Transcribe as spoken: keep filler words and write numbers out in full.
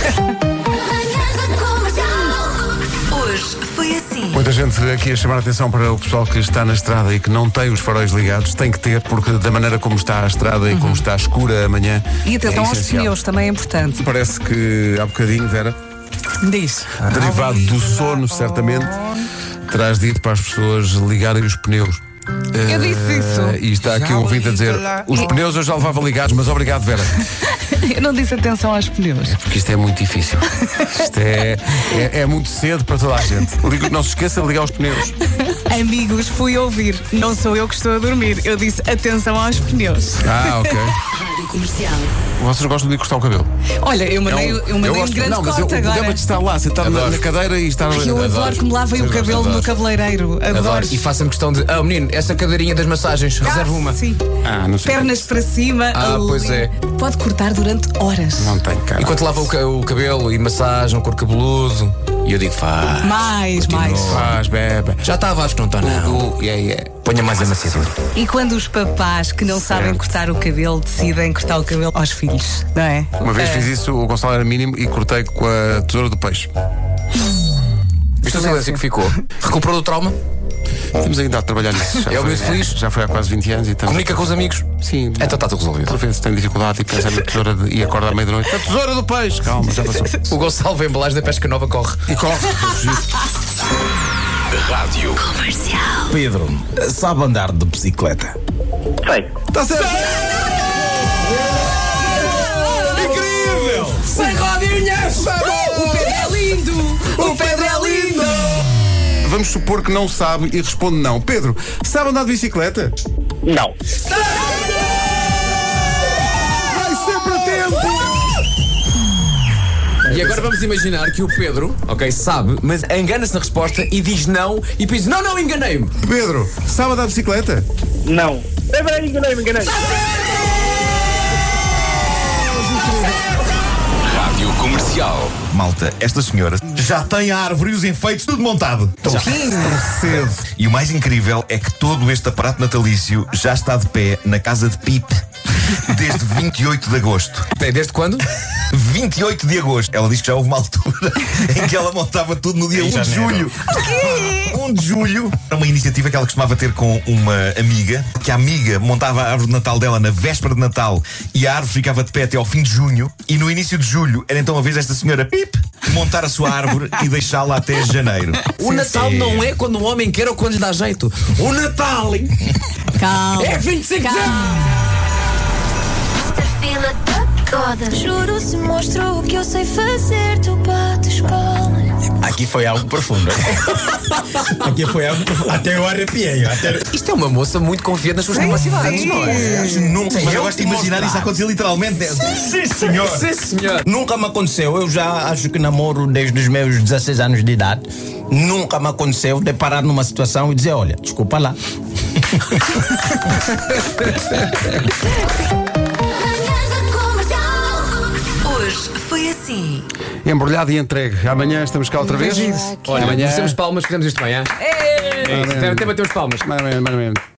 Hoje foi assim. Muita gente aqui a chamar a atenção para o pessoal que está na estrada e que não tem os faróis ligados. Tem que ter, porque da maneira como está a estrada uhum. e como está escura amanhã. E atenção é aos pneus, também é importante. Parece que há bocadinho, Vera, Diz. derivado do sono, certamente, terás dito para as pessoas ligarem os pneus. Eu disse isso. Uh, e está aqui um ouvinte a dizer: os pneus eu já levava ligados, mas obrigado, Vera. Eu não disse atenção aos pneus. É porque isto é muito difícil. Isto é, é, é muito cedo para toda a gente. Não se esqueça de ligar os pneus. Amigos, fui ouvir. Não sou eu que estou a dormir. Eu disse atenção aos pneus. Ah, ok. Rádio Comercial. Vocês gostam de cortar o cabelo? Olha, eu mandei, eu mandei eu um gosto, grande não, mas corte eu, o agora. problema de estar lá, sentado na, na cadeira e estar. Ai, eu adoro que me lavem o cabelo no cabeleireiro. Adoro. Adoro. E façam questão de, ah, menino, essa cadeirinha das massagens, reserva uma. Sim. Ah, não sei. Pernas para cima. Ah, ali. pois é. Pode cortar durante horas. Não tem cara. Enquanto lava o, ca- o cabelo e massagem, o couro cabeludo. E eu digo, faz. Mais, mais. Faz, bebe. Já estava, acho que não está, não. Uh, yeah, yeah. Ponha mais amaciador. E quando os papás que não sabem cortar o cabelo decidem cortar o cabelo aos filhos, não é? Uma vez É. fiz isso, o Gonçalo era mínimo e cortei com a tesoura do peixe. Viste o silêncio que ficou? Recuperou do trauma? Estamos ainda a trabalhar nisso. Já É o foi- mesmo feliz? Já foi há quase vinte anos e estamos. Comunica com os amigos? Sim. Então está tudo resolvido. Por vezes tenho dificuldade e penso na tesoura de... e acordo à meia-noite. A tesoura do peixe! Calma, já passou. O Gonçalo vem embalagem da pesca nova, corre. E corre, vou fugir. Rádio Comercial. Pedro, sabe andar de bicicleta? Sei. Está certo! Incrível! Sem rodinhas! O Pedro é lindo! O Pedro é lindo! Vamos supor que não sabe e responde não. Pedro, sabe andar de bicicleta? Não. Vai sempre a tempo! E agora vamos imaginar que o Pedro, ok, sabe, mas engana-se na resposta e diz não e diz, não, não, enganei-me. Pedro, sabe andar de bicicleta? Não. Peraí, enganei-me, enganei. Rádio Comercial. Malta, esta senhora já tem a árvore e os enfeites tudo montado. Cedo. E o mais incrível é que todo este aparato natalício já está de pé na casa de Pipe desde vinte e oito de agosto. É desde quando? vinte e oito de agosto. Ela diz que já houve uma altura em que ela montava tudo no dia um de julho. um de julho. Era uma iniciativa que ela costumava ter com uma amiga, que a amiga montava a árvore de Natal dela na véspera de Natal e a árvore ficava de pé até ao fim de junho. E no início de julho era então a vez desta senhora Pip montar a sua árvore e deixá-la até janeiro. O Natal não é quando o homem quer ou quando lhe dá jeito. O Natal Calma. é vinte e cinco de dezembro. Fila toda. Juro, se mostro o que eu sei fazer, tu bates palmas. Aqui foi algo profundo. Aqui foi algo profundo. Até eu arrepiei. Até... Isto é uma moça muito confiante nas suas capacidades, não é? Nunca, mas eu gosto de imaginar isso acontecer literalmente. Sim, senhor. Sim, senhor. Nunca me aconteceu, eu já acho que namoro desde os meus dezesseis anos de idade. Nunca me aconteceu deparar numa situação e dizer, olha, desculpa lá. Hoje foi assim. Embrulhado e entregue. Amanhã estamos cá outra vez. Olha, Amanhã. batemos palmas, queremos isto bem, é? Até batemos palmas. Mais ou menos, mais ou menos.